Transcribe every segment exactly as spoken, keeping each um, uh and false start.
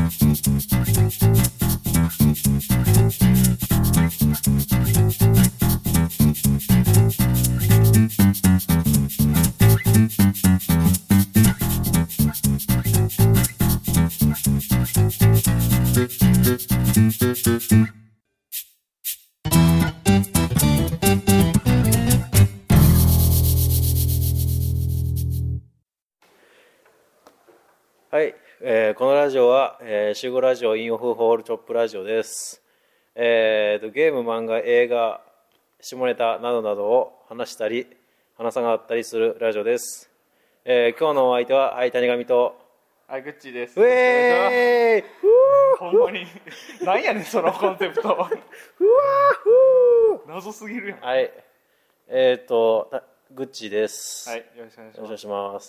はい、えー、このラジオは、えー、シグラジオインオフホールチョップラジオです。えーと、ゲーム、漫画、映画、下ネタなどなどを話したり話さなかったりするラジオです。えー、今日のお相手は、はい、谷上とはい、グッチーです。 ウェーイほんまになんやねんそのコンセプトうわー謎すぎるやん。 はい、えーとグッチーです。 はい、よろしくお願いします。 よろしくお願いします。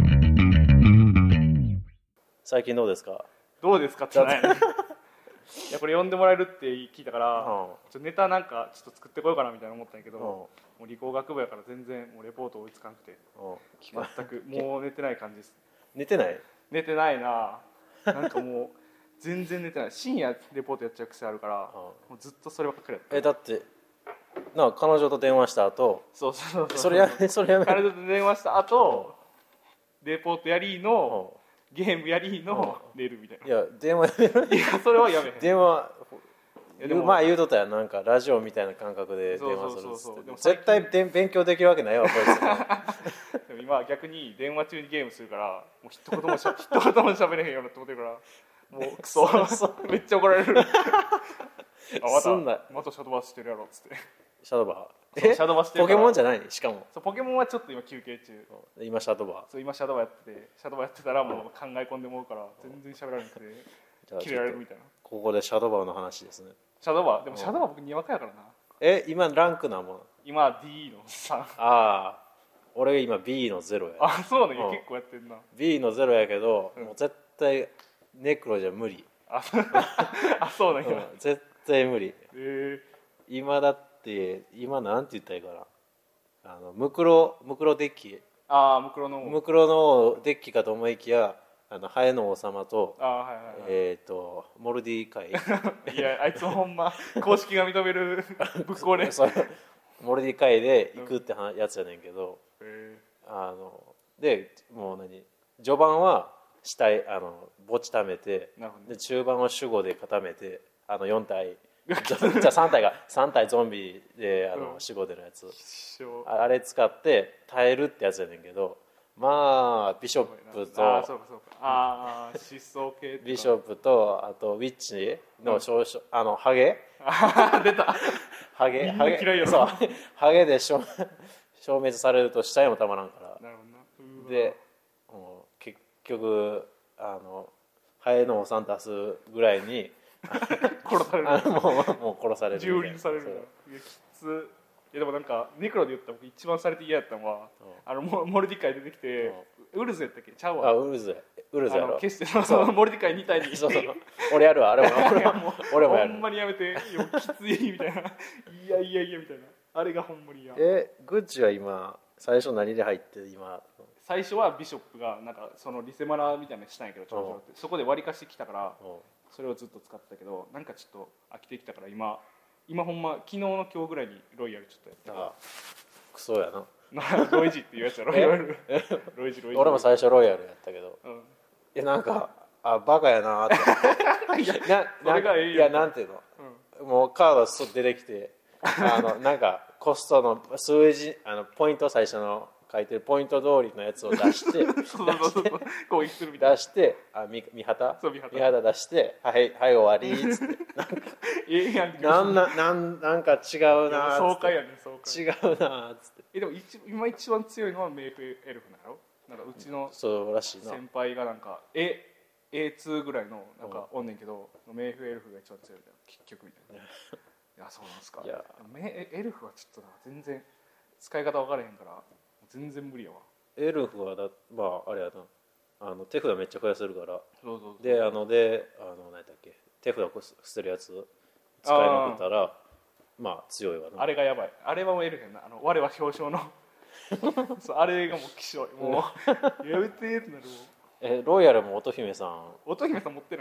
最近どうですか？ どうですかってないいやこれ呼んでもらえるって聞いたから、うん、ちょっとネタなんかちょっと作ってこようかなみたいな思ったんやけど、うん、もう理工学部やから全然もうレポート追いつかなくて、うん、全くもう寝てない感じです。 寝てない？ 寝てないな。なんかもう全然寝てない。深夜レポートやっちゃう癖あるから、うん、もうずっとそればっかりやった。 えだってなんか彼女と電話した後、 そうそうそうそれやめそれやめ彼女と電話した後、うん、レポートやりの、うんゲームやりの寝るみたいな。 いや電話やめろ。 いやそれはやめへん。電話まあ言うとったやん、なんかラジオみたいな感覚で電話するっつって。絶対で勉強できるわけないわこいつ。でも今は逆に電話中にゲームするからもう一言もしゃ一言も喋れへんようなって思ってるからもうクソめっちゃ怒られる。あまたまたシャドーバーしてるやろっつって。 シャドーバー。 シャドーバーしてるポケモンじゃない？しかもそうポケモンはちょっと今休憩中。 今シャドーバー。 そう今シャドーバーやってて、シャドーバーやってたらもう考え込んでもうから全然喋らなくて切れられるみたいな。 ここでシャドーバーの話ですね。 シャドーバーでもシャドーバー僕にわかやからな。 え今ランクなもん？ 今 D のさん。ああ俺今 B のゼロや。 あそうね、結構やってんな。 B のゼロやけど、もう絶対ネクロじゃ無理。 あそうなんや。 絶対無理。 え今だって今なんて言ったらいいかな、あのムクロムクロデッキ、 ああムクロのムクロのデッキかと思いきや、あのハエの王様と、 あ、はいはいはい、 えっ、ー、とモルディ会いやあいつほんま公式が認めるぶっこねモルディ会で行くってやつやねんけど、 うん、 あのでもう何序盤は死体あの墓地貯めて、で中盤は守護で固めて、あのよん体じゃあさん体がさん体ゾンビであの守護でのやつ、うん、あれ使って耐えるってやつやねんけど、まあビショップとあそうかそうかあ疾走系ビショップとあとウィッチの少々、うん、あのハゲ出たハゲハゲ嫌いやろ。 そうハゲで消滅されると死体もたまらんから。 なるほどな。 でもう結局あのハエのおさん出すぐらいに殺される。 あのもうもう殺される。 蹂躙される。いやきつ。いやでもなんかネクロで言ったら僕一番されて嫌やったのは、あのモルディカイ出てきて、ウルズやったっけ？ちゃうわ。 あウルズウルズやろ。 決してそのモルディカイに体に。 そうそう。俺やるわあれも俺も俺もやる。 ほんまにやめてきついみたいな。いやいやいやみたいな。あれがほんまに嫌。 えグッチは今最初何で入って今？ 最初はビショップがなんかそのリセマラみたいなのしたんやけど、ちょろちょろってそこで割りかしてきたから。それをずっと使ってたけど、なんかちょっと飽きてきたから今今ほんま昨日の今日ぐらいにロイヤルちょっとやってた。 クソやなロイジっていうやつやろ。ロイヤルロイジロイジ。 俺も最初ロイヤルやったけど、うん、いやなんかあバカやなっていやなそれがいいやなんていうの、うん、もうカード出てきてあのなんかコストの数字あのポイント最初の書いてるポイント通りのやつを出して攻撃するみたいな出してあ見見旗そう見旗見旗出してはいはい終わりっつってなんかええやんなんななんなんか違うな爽快やね爽快違うなっつってえでも一今一番強いのはメイフエルフなのなんかうちのそうらしいな先輩がなんかえ エーツー ぐらいのなんかおんねんけど、うん、メイフエルフが一番強いみたいな結局みたいないやそうなんですか。いやメエルフはちょっとな全然使い方分からへんから全然無理やわ。 エルフはだまああれやなあの手札めっちゃ増やせるから。 そうそうそうであのであの何だっけ手札捨てるやつ使いまくったらまあ強いわな。 あれがやばい。あれはもうエルフやな。あの我は表彰のそうあれがもう希少もうやめてってなるもん。 えロイヤルも乙姫さん乙姫さん持ってないの。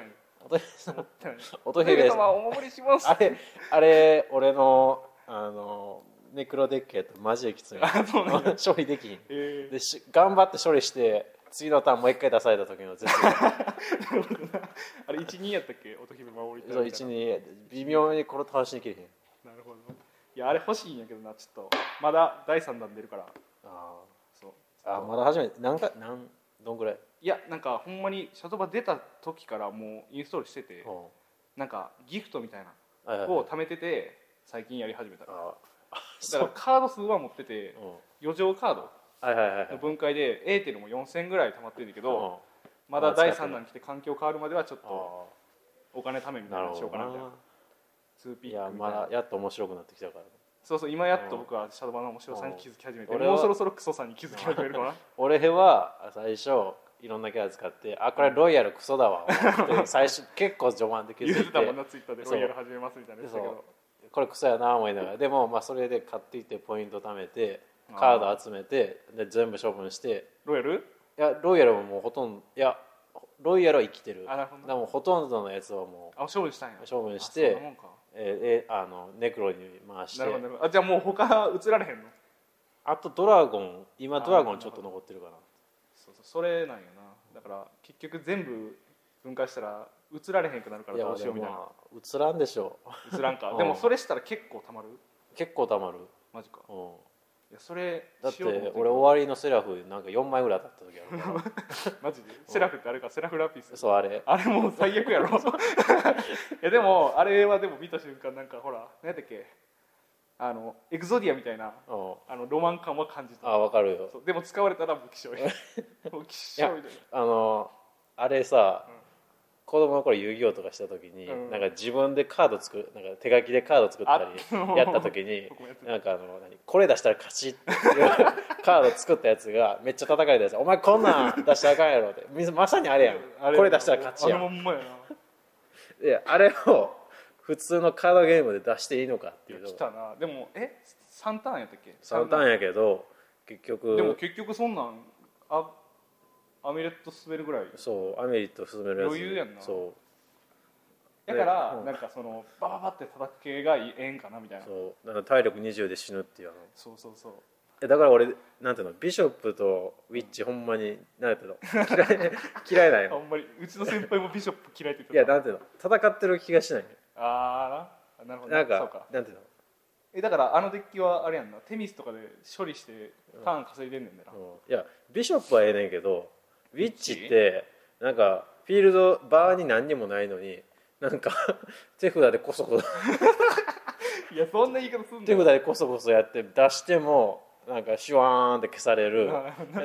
音姫さん思ったのに音姫様お守りしますあれあれ俺のあのネクロデッキやとマジできつい処理できひん、えー、でし頑張って処理して次のターンもう一回出された時の絶対あれいちにやったっけ音姫守りたいそういちに微妙にこれ倒しにきれへん。 なるほど。いやあれ欲しいんやけどな、ちょっとまだだいさんだん出るから。ああそうあまだ初めて何か何どんぐらい。 いやなんかほんまにシャドバ出た時からもうインストールしてて、うん、なんかギフトみたいなを貯めてて最近やり始めた。あだからカード数は持ってて、余剰カードの分解でエーテルもよんせんぐらい溜まってるんだけど、まだだいさん弾来て環境変わるまではちょっとお金貯めみたいなのしようかなみたいな。ツーピックみたいな。いやまだやっと面白くなってきたから。 そうそう今やっと僕はシャドバの面白さに気づき始めて、もうそろそろクソさに気づき始めるかな。 俺は最初いろんなキャラ使ってあこれロイヤルクソだわって最初結構序盤で気づいて言ってたもんなツイッターでロイヤル始めますみたいな言ってたけどこれクソやな思いながらでもまあそれで買っていってポイント貯めてカード集めてで全部処分してロイヤルいやロイヤルももうほとんどいやロイヤルは生きてる。 あなるほど。 でもほとんどのやつはもうあ処分したんや。 処分してえー、あのネクロに回して。 なるほどなるほど。あじゃあもう他移られへんの。 あとドラゴン今ドラゴンちょっと残ってるかな。 そうそうそれなんよな。だから結局全部分解したら移られへんくなるからどうしようみたいな。 移らんでしょ移らんか。でもそれしたら結構たまる。 結構たまる。 マジか。うん。いやそれだって俺終わりのセラフなんかよんまいぐらい当たった時あるからマジでセラフってあれかセラフラピスそうあれあれもう最悪やろいやでもあれはでも見た瞬間なんかほら何やったっけあのエクゾディアみたいなあのロマン感は感じた。 あ分かるよ。 でも使われたらもう希少いもう希少みたいな。 あのあれさ、うん子供の頃遊戯王とかした時に、うん、なんか自分でカード作るなんか手書きでカード作ったりやった時になんかあの何これ出したら勝ちっていうカード作ったやつがめっちゃ叩かれたやつお前こんなん出したらあかんやろってまさにあれやんあれこれ出したら勝ちやん。あれもんまやないやあれを普通のカードゲームで出していいのかっていうの来たな。でもえさんターンやったっけ。 さんターンやけど結局でも結局そんなんあアミレット進めるぐらい。 そうアミレット進めるやつ余裕やんな。 そうだから、うん、なんかそのバババって叩く系がええんかなみたいな。 そうなんか体力にじゅうで死ぬっていうの。 そうそうそう。 えだから俺なんていうのビショップとウィッチほんまになんていうの嫌い嫌いなんよ。 ほんまにうちの先輩もビショップ嫌いって言ってた。 いやなんていうの戦ってる気がしないよ。 ああなるほど。 なんかそうかなんていうのえだからあのデッキはあれやんなテミスとかで処理してターン稼いでんねんだな、うんうん、いやビショップはええねんけどウィッチってなんかフィールドバーに何にもないのになんか手札でこそこそいやそんな言い方すんの手札でこそこそやって出してもなんかシュワーンって消される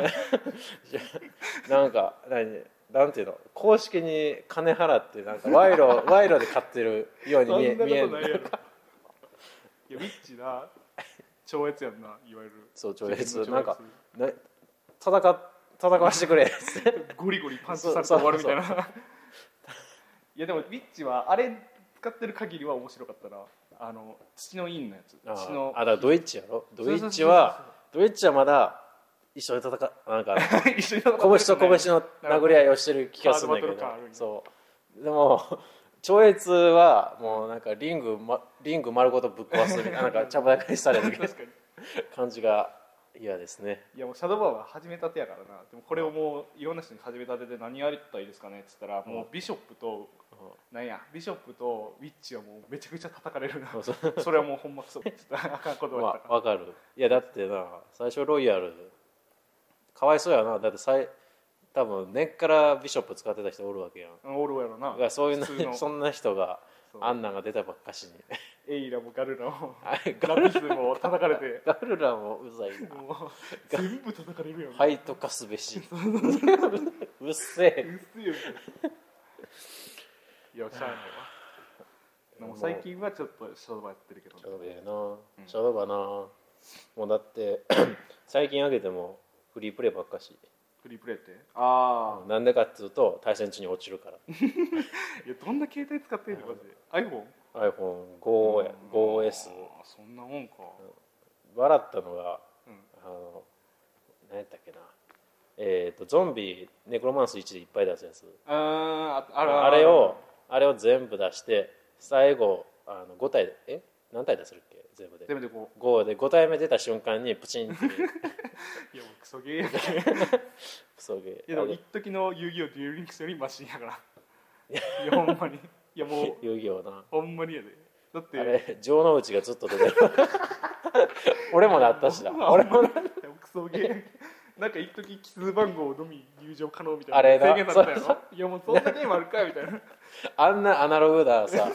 なんか何なんていうの公式に金払ってなんか賄賂賄賂で買ってるように見え見える。 いやウィッチな超越やんないわゆる。 そう超越なんかな戦っ戦わしてくれゴリゴリパンチされて終わるみたいな。いやでもウィッチはあれ使ってる限りは面白かったな。あの土の印のやつ。土のあだからドイッチやろ。ドイッチはドイッチはまだ一緒に戦うなんか一緒に戦う拳と拳の殴り合いをしてる気がするんだけどそうでも超越はもうなんかリング、ま、リング丸ごとぶっ壊すみたいななんかちゃぶ台返しされる感じが嫌ですね。 いやもうシャドーバーは始めたてやからな。でもこれをもういろんな人に始めたてで何やりたいですかねって言ったら、もうビショップと、うん、なんやビショップとウィッチはもうめちゃくちゃ叩かれるなそれはもうほんまそうあかんことだったから、 まあ、分かる。いやだってな最初ロイヤルかわいそうやな。だってさい多分根っからビショップ使ってた人おるわけやん。 おるやろな。 そういうそんな人があんなんが出たばっかしにエイラもガルラもラピスも叩かれてガルラもうざいな全部叩かれるよ、ね、 ファイトかすべしうっせえうっせえよいやしゃあないわ。でも最近はちょっとシャドーバーやってるけど、ね、 シャドーバーやな、うん、シャドーバーなもうだって最近上げてもフリープレイばっかし。 フリープレイってああなんでかっていうと対戦中に落ちるからいやどんな携帯使ってんのマジで アイフォン？ アイフォンご や ごエスそんなもんか。 笑ったのが、 うん、 あの何やったっけなえっ、ー、とゾンビネクロマンスいちでいっぱい出すやつあああれをあれを全部出して最後あのご体でえ何体出せるっけ全部で全部でごごでご体目出た瞬間にプチンっていやもうクソゲーやけクソゲーいやでも一時の遊戯王デュエルリンクスよりマシンやからいやほんまにいやもう遊戯王なほんまにやでだってあれ城之内がずっと出てる俺もなったしな俺もなったクソゲーなんか一時奇数番号のみ入場可能みたいあれなな制限されたやろいやもうそんなゲームあるかみたいなあんなアナログださ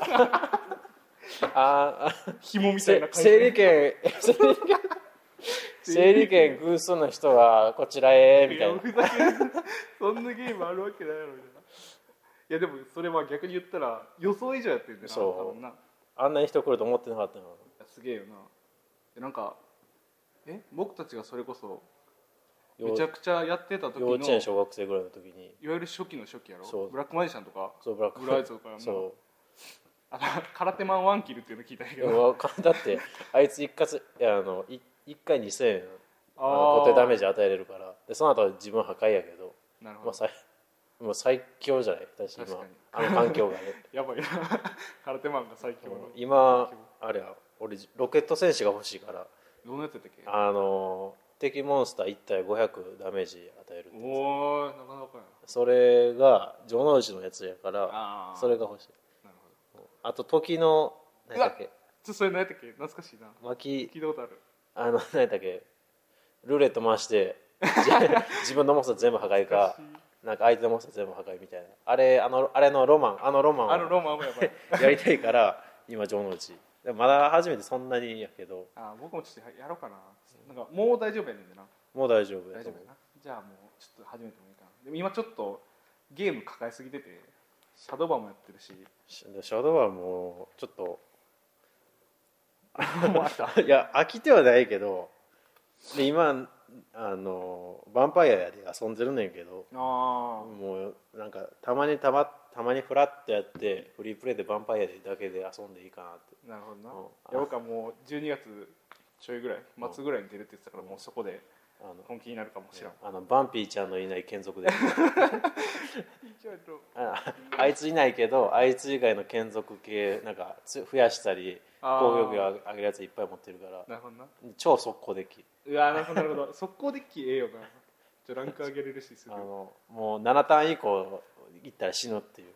ああ紐みたいな整理券整理券整理券偶数の人はこちらへみたいなふざけんそんなゲームあるわけないやろみたいないやでもそれは逆に言ったら予想以上やってるんだよなそうなあんなに人来ると思ってなかったのすげえよななんかえ僕たちがそれこそめちゃくちゃやってた時の幼稚園小学生ぐらいの時にいわゆる初期の初期やろそうブラックマジシャンとかそうブラックブライズとかやんなそうあの空手マンワンキルっていうの聞いたんやけどだってあいつ一括いやあのい一回にせんえんあのあー固定ダメージ与えれるからでその後は自分破壊やけどなるほどまあ、最もう最強じゃない私今確かにあの環境がねやばいな空手マンが最強の今あれや俺ロケット戦士が欲しいからどんなやつやったっけあの敵モンスターいち体ごひゃくダメージ与えるってやつおおなかなかやそれが城之内のやつやからあーそれが欲しいなるほどあと時の何だっけちょっとそれ何やったっけ懐かしいな巻き聞いたことあるあの何だっけルーレット回して自分のモンスター全部破壊かなんか相手のモンスター全部破壊みたいなあれあのあれのロマンあのロマンをあのロマンもやばいやりたいから今城之内でもまだ初めてそんなにやけどあ僕もちょっとやろうかななんかもう大丈夫やねんでなもう大丈夫大丈夫やなじゃあもうちょっと始めてもいいかなでも今ちょっとゲーム抱えすぎててシャドーバーもやってるしシャドウはもうちょっともう飽きたいや飽きてはないけどで今あのヴァンパイアで遊んでるねんけどあもうなんかたまにたまたまにフラッとやってフリープレイでヴァンパイアだけで遊んでいいかなってあなるほどな、 うんいや僕はもうじゅうにがつちょいぐらい末ぐらいに出るって言ってたからもうそこであの本気になるかもしれん、 あのバンピーちゃんのいない眷属でちょっとああいついないけどあいつ以外の眷属系なんかつ増やしたりあー攻撃を上げるやついっぱい持ってるからなるほどな超速攻デッキうわなるほどなるほど速攻デッキええよなじゃあランク上げれるしすぐあのもうななターン以降いったら死ぬっていう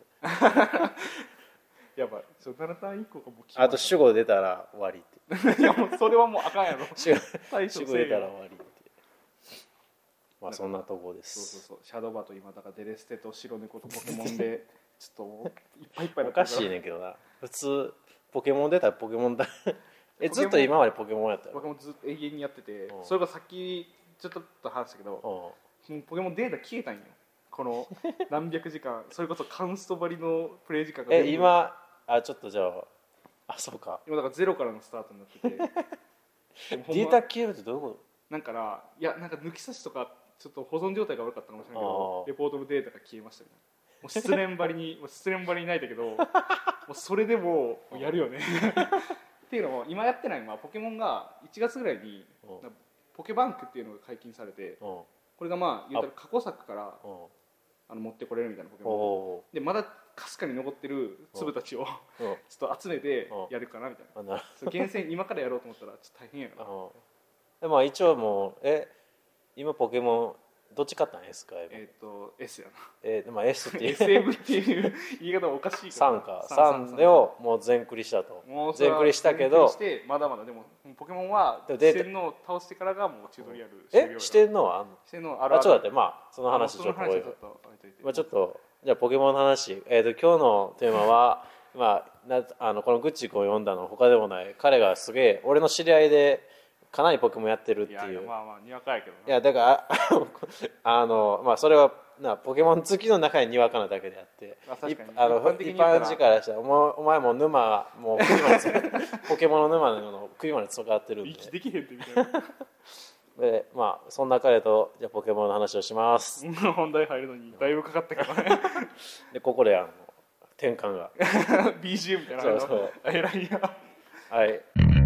やばいそうななターン以降がもう決まるあと守護出たら終わりっていやもうそれはもうあかんやろ守護対処守護出たらせえよ終わりってまあそんなとこでそうそうすそうシャドーバーと今だからデレステと白猫とポケモンでちょっといっぱいいっぱいおかしいねんけどな普通ポケモン出たらポケモンだえずっと今までポケモンやったよポケモンずっと永遠にやってて、 うんそれがさっきちょっと話したけど、 うんもうポケモンデータ消えたんよこの何百時間それこそカンストばりのプレイ時間がえ全部今あちょっとじゃああそうか今だからゼロからのスタートになっててでもデほんまータ消えるってどういうこなんかな、いやなんか抜き差しとかちょっと保存状態が悪かったかもしれないけどあーレポートのデータが消えましたねもう失恋ばりにもう失恋ばりにないんだけどもうそれでももうやるよねっていうのも今やってないのはポケモンがいちがつぐらいにうんなんかポケバンクっていうのが解禁されてとこれがまあ言ったら過去作からうんうんあの持ってこれるみたいなポケモンおでまだかすかに残ってる粒たちをーうんちょっと集めてやるかなみたいなあなるそう厳選今からやろうと思ったらちょっと大変やなほどでも一応もうえ今ポケモンどっち買ったん S か M えっ、と S やなえでも S っていうエスエム っていう言い方はおかしいからさんかさんをもう全クリしたともうそれは全クリしたけど全クリしてまだまだでもポケモンはでもデータ四天王を倒してからがもうチュートリアル終了やえしてんのはあんの四天王あるあるあちょっと待ってまあその話ちょっと置いとその話はちょっと置いといてまあちょっとじゃあポケモンの話えっと今日のテーマはまあなあのこのグッチ君を読んだのは他でもない彼がすげえ俺の知り合いでかなりポケモンやってるっていういやいやまあまあにわかやけどないやだからあのまあそれはなポケモン好きの中ににわかなだけであってまあ確かにいあの一般的に一言ったら般人からしたらお前お前も沼もう首までつポケモンの沼の首までつかってるんで息できへんってみたいなでまあそんな彼とじゃあポケモンの話をします本題入るのにだいぶかかったけどねでここであの転換がビージーエム みたいなそうそうえらいやはい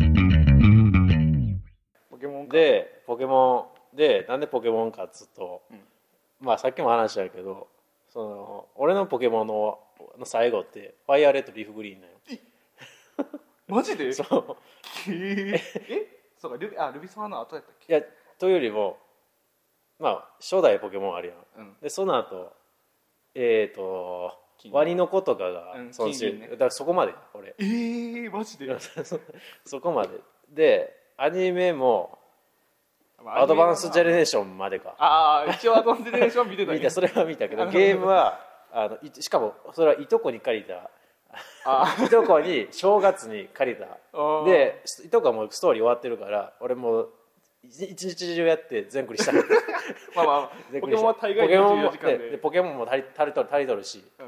ポケモンかでポケモンでなんでポケモンかっつうと、 うんまあさっきも話したけどその俺のポケモンのの最後ってファイアーレッドリーフグリーンなの。 マジで？ そうええそうかルビあルビソワの後やったっけ？ いやというよりもまあ初代ポケモンあるやん、うん、でその後えっ、ー、とワニの子とかがそのうち、ね、だからそこまで俺えーマジでそこまででアニメもアドバンスジェネレーションまでか。 ああ一応アドバンスジェネレーション見てた見たそれは見たけどゲームはあのしかもそれはいとこに借りたいとこに正月に借りたでいとこはもうストーリー終わってるから俺もう一日中やって全クリしたまあまあポケモンは大概にじゅうよじかんででポケモンも足り足りとる足りとるし、 うん、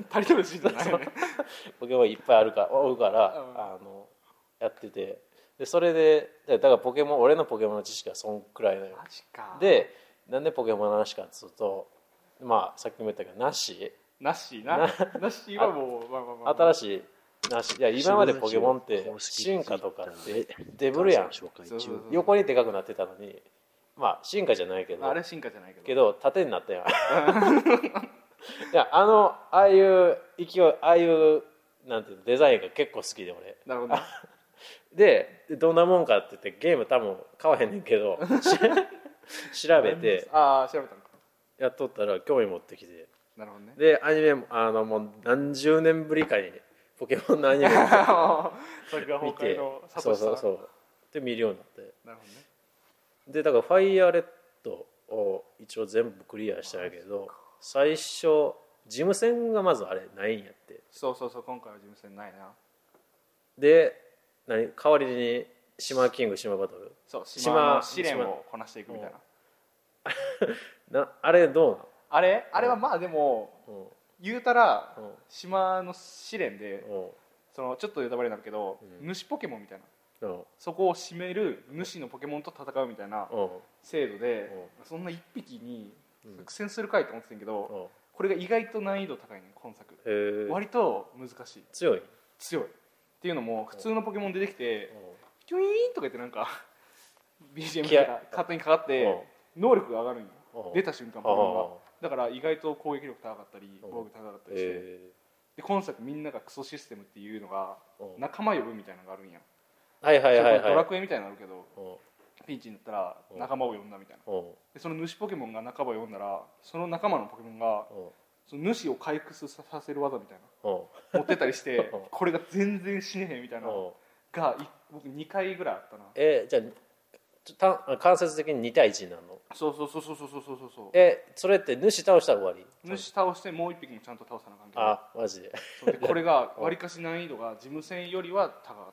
足りとるしじゃないよねポケモンいっぱいあるからおるから、うん、あのやっててでそれでだからポケモン俺のポケモンの知識はそんくらいのよ。 マジか。でなんでポケモンの話かっつうとまあさっきも言ったけどナッシーナッシーなナッシーはもう、まあまあまあ、 新しいナッシーいや今までポケモンって進化とかってデブルやん。横にでかくなってたのにまあ進化じゃないけどあれ進化じゃないけどけど縦になったやんいやあのああいう勢いああいうなんていうのデザインが結構好きで俺。 なるほどでどんなもんかって言ってゲーム多分買わへんねんけど調べてああ調べたのかやっとったら興味持ってきて。 なるほどね。 でアニメもあのもう何十年ぶりかにポケモンのアニメを見てそうそうそうで見るようになって。 なるほどね。 でだからファイヤーレッドを一応全部クリアしたんやけど最初事務戦がまずあれないんやって。 そうそうそう今回は事務戦ないな。 で何代わりに島キング島バトルそう島の試練をこなしていくみたいななあれどうなんあれあれはまあでも、うん、言うたら、うん、島の試練で、うん、そのちょっとネタバレになるけど、うん、主ポケモンみたいな、うん、そこを締める主のポケモンと戦うみたいな制度で、うん、そんないっぴきに苦戦するかいと思ってたんやけど、うん、これが意外と難易度高いね今作。割と難しい。 強い強いっていうのも普通のポケモン出てきてキュイーンとか言ってなんか ビージーエム が勝手にかかって能力が上がるんよ出た瞬間ポケモンが。だから意外と攻撃力高かったり防御高かったりしてで今作みんながクソシステムっていうのが仲間呼ぶみたいなのがあるんや。 はいはいはいはいドラクエみたいなのあるけどピンチになったら仲間を呼んだみたいなでその主ポケモンが仲間を呼んだらその仲間のポケモンがその主を回復させる技みたいな持ってたりしてこれが全然死ねへんみたいなが僕にかいぐらいあったな。 えー、じゃあ間接的ににたいいちになるの？ そうそうそうそうそうそうそうそう。 えそれって主倒したら終わり？ 主倒してもう一匹もちゃんと倒さなあかんけど。 あマジで。 でこれがわりかし難易度が事務戦よりは高かった。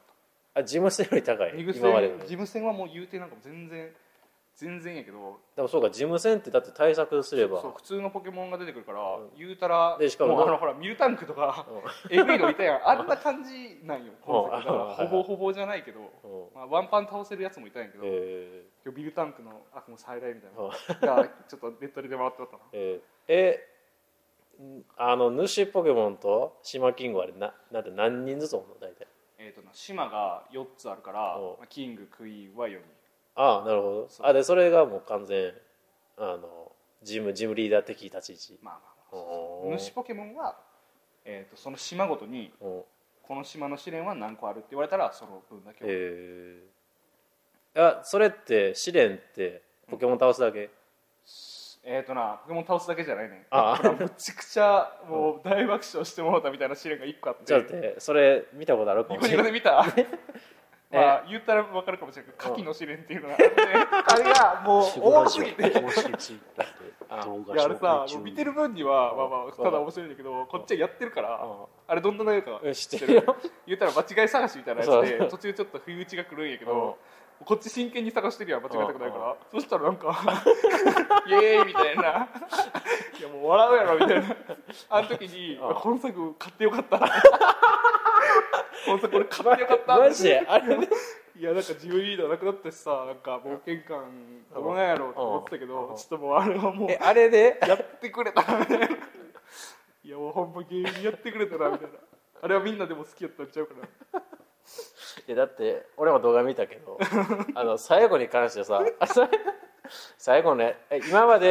あ事務戦より高い？ 今までの事務戦はもう言うてなんかも全然全然やけどでもそうか事務戦ってだって対策すればそう普通のポケモンが出てくるから、うん、言うたらでしかもあのほらミルタンクとか、うん、エグいのいたやんあんな感じなんよ今作だからほぼほぼじゃないけど、まあ、ワンパン倒せるやつもいたんやけど、えー、今日ミルタンクの悪夢再来みたいながちょっとネットで回ってたなえー、えあの主ポケモンと島キングはあれななんて何人ずつおんの大体えーとな島がよっつあるから、まあ、キングクイーンはよにん。 ああなるほど。あでそれがもう完全あのジムジムリーダー的立ち位置。まあまあまあ主ポケモンは、えー、とその島ごとにこの島の試練は何個あるって言われたらその分だけ。 えー、あそれって試練ってポケモン倒すだけ？うん、 えっ、ー、となポケモン倒すだけじゃないね。ああめちゃくちゃもう大爆笑してもらったみたいな試練がいっこあって。 じゃあってそれ見たことあるかもしれない。 ニコニコで見た？まあ、言ったら分かるかもしれないけど、牡蠣の試練っていうのがあって、あれがもう多すぎて、いやあれさ、もう見てる分にはまあまあただ面白いんだけど、こっちはやってるから、あれどんな内容か知ってる。言ったら間違い探しみたいなやつで、途中ちょっと不意打ちが来るんやけど、こっち真剣に探してるやん間違いたくないから、そしたらなんかイエーイみたいな、いやもう笑うやろみたいな、あの時にこの作買ってよかった。本当これ買ってよかったマジであれねいやなんか自分リーダーなくなったしさなんか冒険感どうなんやろうと思ってたけどちょっともうあれはもうえあれでやってくれたみたいないやもうほんまゲームやってくれたなみたいなあれはみんなでも好きやったんちゃうかな。 いやだって俺も動画見たけどあの最後に関してさ最後ね今まで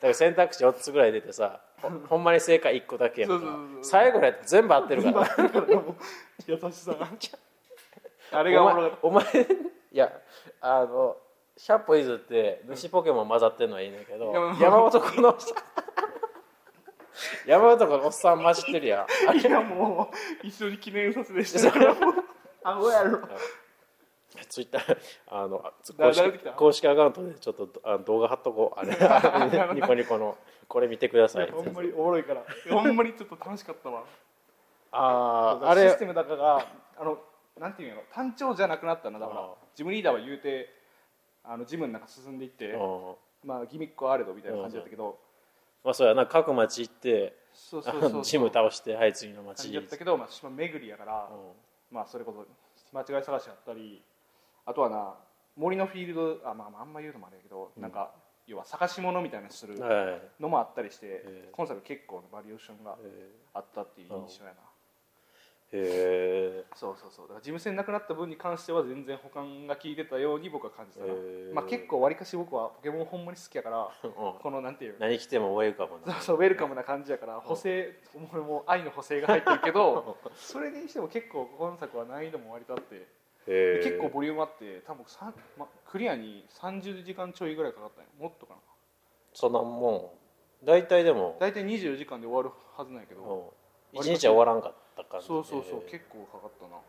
から選択肢よっつぐらい出てさ ほ, ほんまに正解いっこだけやんか。 そうそうそうそう、 最後のやつ全部合ってるから全部合ってるからもう優しさがあれがおもろかった。 お前、お前いやあのひゃっぽ譲って主ポケモン混ざってんのはいいねんけど、うん、山男の山男のおっさん混じってるやん。 いやもう一緒に記念撮影してるからあごやろ。 ツイッターあの公式、公式アカウントでちょっとあの動画貼っとこう。あれニコニコのこれ見てください。 ほんまにおもろいからほんまにちょっと楽しかったわ。 あああれシステムだからあのなんていうの単調じゃなくなったのだから、ジムリーダーは言うてあのジムの中進んでいって、まあギミックはあれどみたいな感じだったけど、 まあそうやな、各町行ってそうそうそうそうジム倒してはい次の町だったけど、まあ、島巡りやから、まあそれこそ間違い探しやったり、あとはな森のフィールド、あまああんま言うのもあれやけど、うん、なんか要は探し物みたいなするのもあったりして、はい、今作結構のバリエーションがあったっていう印象やな。 へえ。 そうそうそう、だから事務戦なくなった分に関しては全然保管が効いてたように僕は感じたな。まあ結構わりかし僕はポケモンほんまに好きやから、うん、このなんていう何来てもウェルカムな、そうそうウェルカムな感じやから、補正俺も愛の補正が入ってるけどそれにしても結構今作は難易度も割とあって、結構ボリュームあって、多分さ、ま、クリアにさんじゅうじかんちょいぐらいかかったんよ。もっとかな。 そんなもん大体でも大体にじゅうよじかんで終わるはずなんやけど、 いちにちは終わらんかった感じ。 そうそうそう、結構かかったな。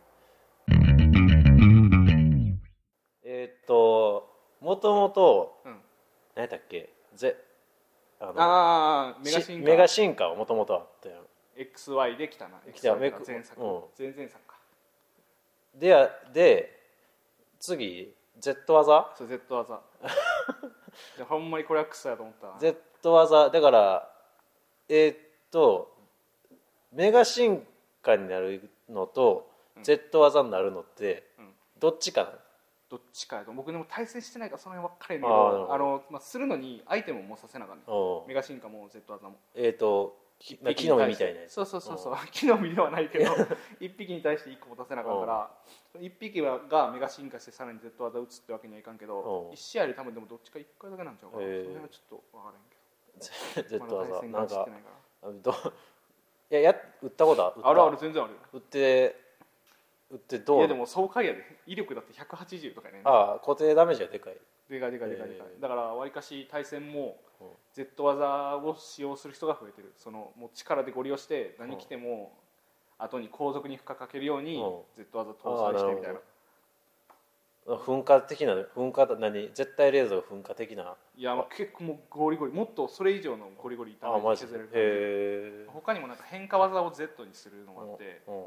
えー、っともともと何やったっけ、ぜあのあメガ進化メガ進化はもともとあったやん。 エックスワイ できたな。 エックスワイ が前作、うん、前々作かで、で次 Z 技、 そう Z 技ほんまにこれはクソやと思った。 Z 技だからえー、っとメガ進化になるのと、うん、Z 技になるのって、うん、どっちかな。 どっちかやと僕でも対戦してないからその辺分かれんけど、あの、まあ、するのにアイテムもさせなあかんね。メガ進化も Z 技もえー、っと木の実みたいなやつ。 そうそうそうそう、木の実ではないけどいっぴきに対していっこも出せなあかんからいっぴきがメガ進化してさらに Z 技打つってわけにはいかんけど、いち試合で多分でもどっちかいっかいだけなんちゃうかな。その辺はちょっと分からへんけど Z 技なんかどいやや打ったことはあるある全然ある。 打って打ってどう。 いやでも爽快やで。威力だってひゃくはちじゅうとかね。 ああ固定ダメージがでかい。 でかいでかいでかいでかい。だからわりかし対戦も Z 技を使用する人が増えてる。そのもう力でご利用して何来ても後に後続に負荷かけるように Z 技搭載してみたいな。 噴火的な噴火何絶対レーザーが噴火的な。 いやまあ結構もうゴリゴリもっとそれ以上のゴリゴリダメージ削れる感じ。へ他にもなんか変化技を Z にするのがあって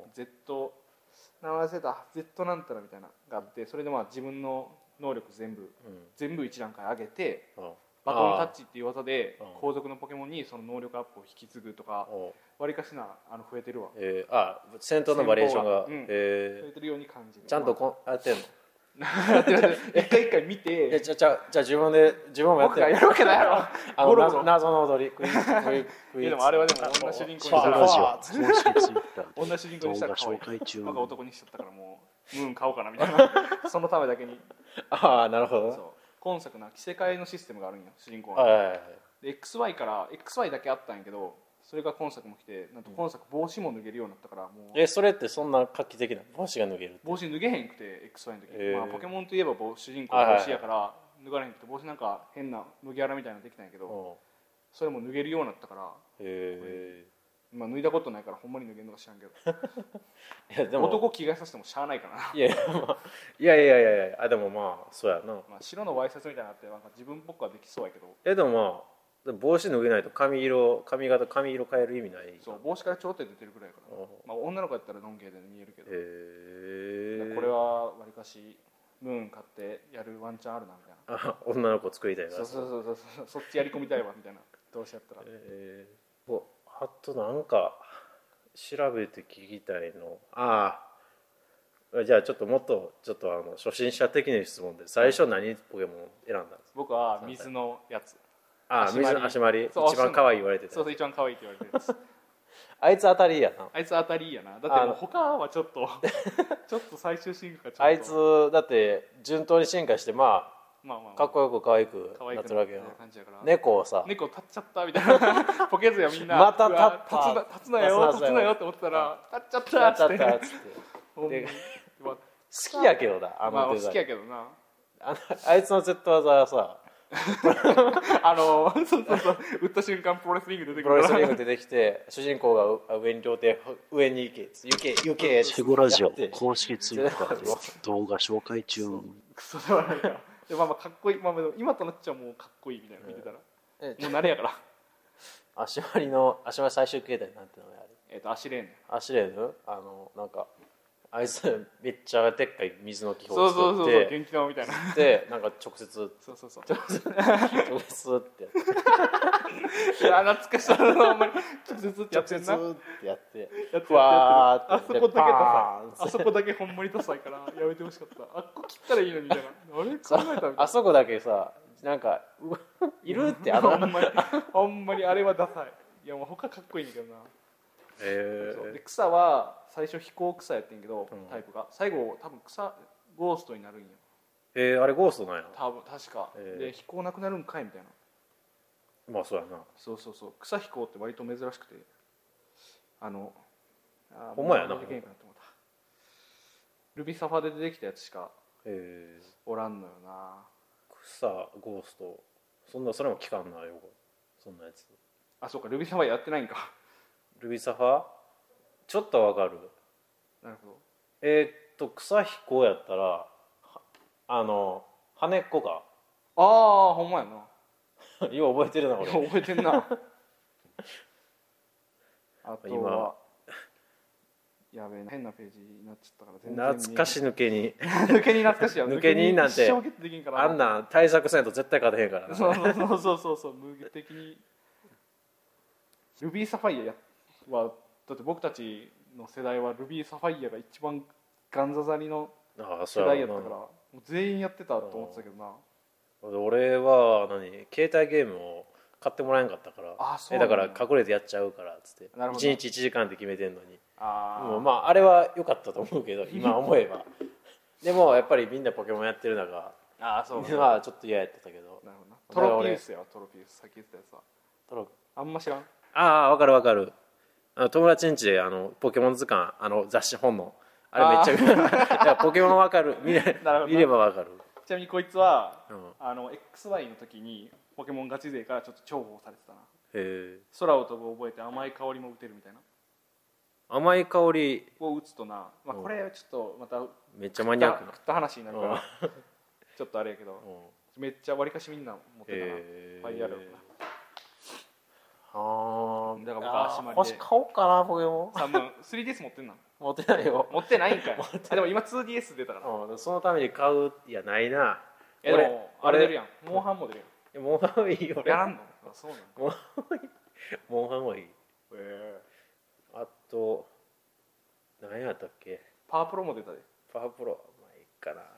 、Z 名前忘れた Z なんたらみたいなのがあって、それでまあ自分の能力全部、うん、全部いち段階上げて、うん、バトンタッチっていう技で後続のポケモンにその能力アップを引き継ぐとかわりかしなあの増えてるわ。 えー、あ戦闘のバリエーションが、 うんえー、増えてるように感じる。 ちゃんとこやってんの一回一回見てじゃじゃじゃ自分で自分もやってる。 僕がやるわけないやろあの謎, 謎の踊りクイズクイズでもあれはでも女主人公にしたら女主人公にしたら可愛い僕が男にしちゃったからもうムーン買おうかなみたいなそのためだけに。 ああなるほど。 そう今作な着せ替えのシステムがあるんよ主人公は、はいはいはい、で エックスワイ から エックスワイ だけあったんやけどそれが今作も来てなんと今作帽子も脱げるようになったからもうえそれってそんな画期的な帽子が脱げるって。 帽子脱げへんくて エックスワイ の時、えーまあ、ポケモンといえば主人公の帽子やから脱がれへんくて帽子なんか変な麦わらみたいなのできたんやけどそれも脱げるようになったから、えーまあ、脱いだことないからほんまに脱げるのか知らんけどいやでも男着替えさせてもしゃあないかな。 いやいや、まあ、いやいやいやいやあでもまあそうやな、 まあ、白のワイシャツみたいなのあってなんか自分っぽくはできそうやけどえでもまあ帽子脱げないと髪色髪型髪色変える意味ない。 そう帽子からちょっと出てるぐらいから、まあ、女の子やったらノンケで見えるけど、えー、これはわりかしムーン買ってやるワンチャンあるなみたいな。 あ女の子作りたいな。 そうそうそうそうそっちやり込みたいわみたいなどうしやったら、 えー、あとなんか調べて聞きたいのああじゃあちょっともっとちょっとあの初心者的な質問で最初何ポケモン選んだんですか。 僕は水のやつ。 ああ水の足回り一番可愛い言われてた。 そうそう一番可愛いって言われてるやつあいつ当たりやな。 あいつ当たりやな。だってもう他はちょっとちょっと最終進化がちょっとあいつだって順当に進化してまあまあまあ、 かっこよく可愛くなってるわけよ。猫をさ猫立っちゃったみたいなポケズやみんなまた立った立つなよ立つなよって思ってたら立っちゃったっつってで好きやけどなあのデザイン、まあ、好きやけどなあ, あいつの Z 技はさあのそうそうそう打った瞬間プロレスリング出てくるプロレスリング出てきて主人公が上に両手上に行け行け行けセゴラジオ公式ツイッターで動画紹介中。 クソではないか。でまあまあかっこいい、まあ、今となっちゃもうかっこいいみたいな見てたら、うん、もう慣れやから足割りの足割り最終形態なんてのがあるえっ、ー、とアシレーヌアシレーヌあのなんかあいつめっちゃでっかい水の気泡を作ってそうそうそう元気玉みたいなでなんか直接そうそうそう直接直接ってやっていや懐かしさのあんまり直接ってやってんな直接ってやってやってやってわーってあそこだけダサいあそこだけほんまにダサいからやめてほしかったあっこ切ったらいいのにみたいなあれ考えたみたいなあそこだけさなんかいるってあのほんまにほんまにあれはダサいいやもう他かっこいいんだけどなへえで草は最初飛行草やってんけど、 うん、 タイプが最後多分草ゴーストになるんよへえあれゴーストなんや多分確かで飛行なくなるんかいみたいなまあそうやなそうそうそう草飛行って割と珍しくてあのあほんまやなルビサファで出てきたやつしかへおらんのよな草ゴーストそんなそれも聞かんなよそんなやつあそうかルビサファやってないんかルビサファちょっとわかるなるほどえー、っと草飛行やったらあの羽っこかああほんまやなよう覚えてるな俺覚えてんなあとはやべえ変なページになっちゃったから全然懐かし抜けに抜けに懐かしいや抜けになんてあんなん対策せんと絶対勝てへんからなそうそうそうそうそう無敵にルビーサファイアはだって僕たちの世代はルビーサファイアが一番ガンザザリの世代やったからもう全員やってたと思ってたけどな俺は何携帯ゲームを買ってもらえんかったからあそうだから隠れてやっちゃうからっつっていちにちいちじかんって決めてんのにあもうまああれは良かったと思うけど今思えばでもやっぱりみんなポケモンやってる中あそうはちょっと嫌やってたけどなるほどトロピウスやトロピウスさっき言ってたやつはトロあんま知らんああ分かる分かるあの友達ん家であのポケモン図鑑あの雑誌本のあれめっちゃいポケモン分かる見れ, 見れば分かるちなみにこいつは、 うん、 あの エックスワイ の時にポケモンガチ勢からちょっと重宝されてたなへ空を飛ぶ覚えて甘い香りも打てるみたいな甘い香りを打つとな、まあ、これちょっとまためっちゃマニアックな食った話になるからちょっとあれやけどめっちゃわりかしみんな持ってたなファイヤールはだから僕足回りで欲し買おうかなポケモン多分 スリーディーエス 持ってんな持ってないよ持ってないんかいあでも今 ツーディーエス 出たからうん、そのために買ういやないなえでもあれ出るやんモンハンも出るやんモンハンもいいよやらんのあそうなんモンハンもいいモンハンもいいへえあと何やったっけパワープロも出たでパワープロまあいいかな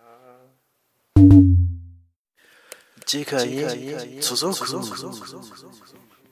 次回続く